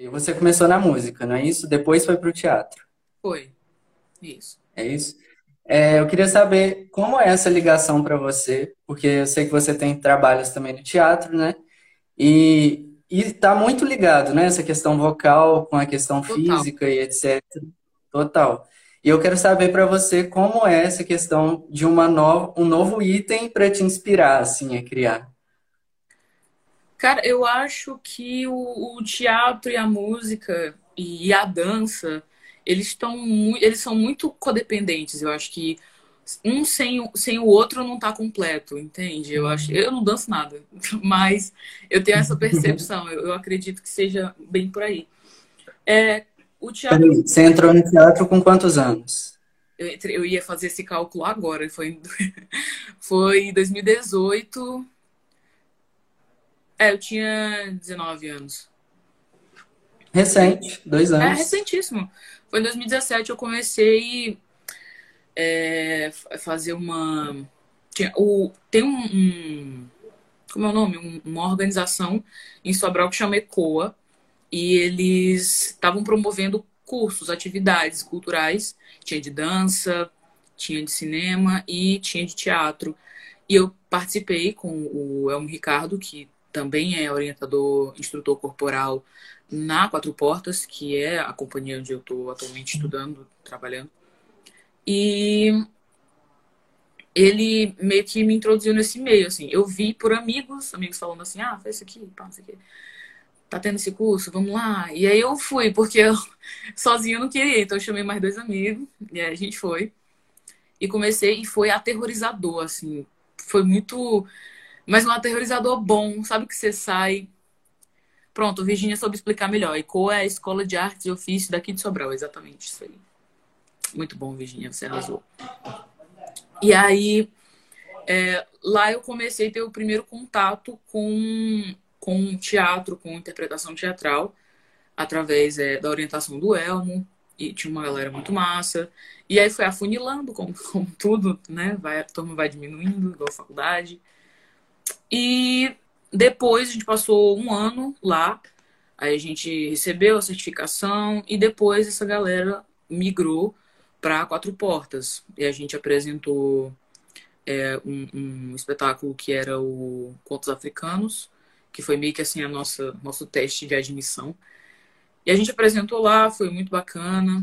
Você começou na música, não é isso? Depois foi para o teatro, Foi, isso. é isso? Eu queria saber como é essa ligação para você, porque eu sei que você tem trabalhos também no teatro, né? E tá muito ligado, né? Essa questão vocal com a questão Total. física e etc. Total. E eu quero saber para você como é essa questão de um novo item para te inspirar, assim, a criar. Cara, eu acho que o teatro e a música e a dança, eles são muito codependentes. Eu acho que um sem o outro não tá completo, entende? Eu não danço nada, mas eu tenho essa percepção. Eu acredito que seja bem por aí. É, o teatro, Peraí, você entrou no teatro com quantos anos? eu ia fazer esse cálculo agora, foi em 2018. Eu tinha 19 anos. Recente, 2 anos. Recentíssimo. Foi em 2017 eu comecei a fazer uma. Tem como é o nome? Uma organização em Sobral que chama ECOA. E eles estavam promovendo cursos, atividades culturais. Tinha de dança, tinha de cinema e tinha de teatro. E eu participei com o Elmo Ricardo, que também é orientador, instrutor corporal na Quatro Portas, que é a companhia onde eu estou atualmente estudando, trabalhando. E ele meio que me introduziu nesse meio, assim. Eu vi por amigos falando assim, faz isso aqui, pá, não sei o quê. Tá tendo esse curso, vamos lá. E aí eu fui, porque eu sozinha eu não queria, então eu chamei mais dois amigos, e aí a gente foi. E comecei, e foi aterrorizador, assim. Foi muito. Mas um aterrorizador bom, sabe que você sai. Pronto, Virginia soube explicar melhor. A ECO é a Escola de Artes e Ofícios daqui de Sobral, exatamente isso aí. Muito bom, Virginia, você arrasou. E aí, lá eu comecei a ter o primeiro contato com teatro, com interpretação teatral, através da orientação do Elmo. E tinha uma galera muito massa. E aí foi afunilando, como tudo, né? A turma vai diminuindo, igual a faculdade. E depois a gente passou um ano lá. Aí a gente recebeu a certificação e depois essa galera migrou para Quatro Portas. E a gente apresentou um espetáculo que era o Contos Africanos, que foi meio que assim a nosso teste de admissão. E a gente apresentou lá, foi muito bacana.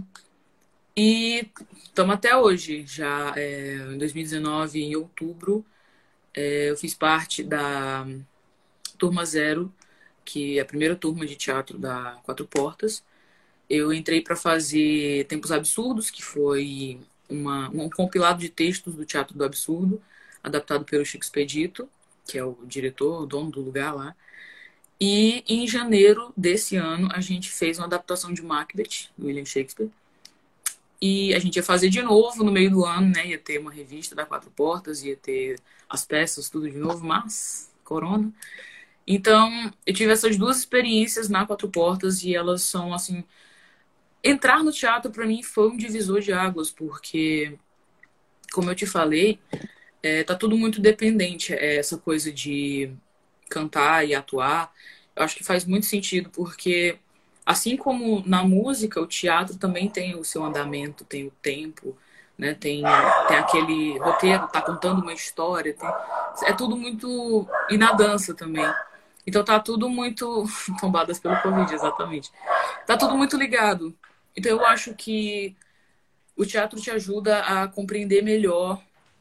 E estamos até hoje, já em 2019, em outubro, eu fiz parte da Turma Zero, que é a primeira turma de teatro da Quatro Portas. Eu entrei para fazer Tempos Absurdos, que foi um compilado de textos do Teatro do Absurdo, adaptado pelo Chico Expedito, que é o diretor, o dono do lugar lá. E em janeiro desse ano, a gente fez uma adaptação de Macbeth, do William Shakespeare. E a gente ia fazer de novo no meio do ano, né? Ia ter uma revista da Quatro Portas, ia ter as peças, tudo de novo, mas corona. Então, eu tive essas duas experiências na Quatro Portas e elas são, assim... Entrar no teatro, para mim, foi um divisor de águas, porque, como eu te falei, tá tudo muito dependente. Essa coisa de cantar e atuar, eu acho que faz muito sentido, porque assim como na música, o teatro também tem o seu andamento, tem o tempo, né? Tem aquele roteiro, tá contando uma história, é tudo muito. E na dança também. Então tá tudo muito. Tombadas pelo Covid, exatamente. Tá tudo muito ligado. Então eu acho que o teatro te ajuda a compreender melhor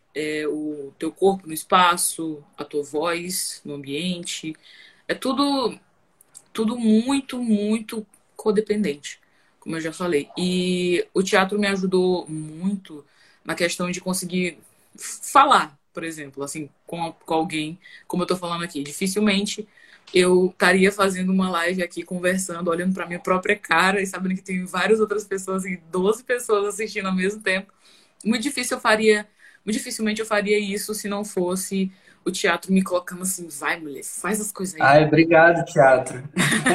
o teu corpo no espaço, a tua voz no ambiente. É tudo muito, muito codependente, como eu já falei. E o teatro me ajudou muito na questão de conseguir falar, por exemplo, assim, com alguém, como eu tô falando aqui. Dificilmente eu estaria fazendo uma live aqui, conversando, olhando para minha própria cara e sabendo que tem várias outras pessoas e 12 pessoas assistindo ao mesmo tempo. Muito difícil eu faria, muito dificilmente eu faria isso se não fosse o teatro me colocando assim, vai, mulher, faz as coisas aí. Ai, obrigado, teatro.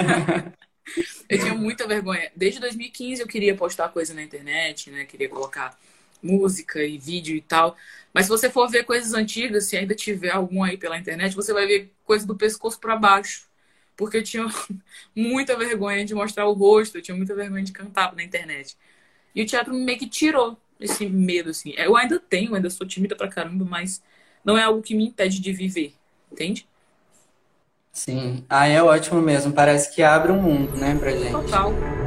Eu tinha muita vergonha. Desde 2015 eu queria postar coisa na internet, né? Queria colocar música e vídeo e tal. Mas se você for ver coisas antigas, se ainda tiver algum aí pela internet, você vai ver coisa do pescoço para baixo. porque eu tinha muita vergonha de mostrar o rosto, eu tinha muita vergonha de cantar na internet. E o teatro meio que tirou esse medo, assim. Eu ainda tenho, ainda sou tímida pra caramba, mas não é algo que me impede de viver, entende? Sim. Ah, é ótimo mesmo. Parece que abre um mundo, né, pra gente. Total.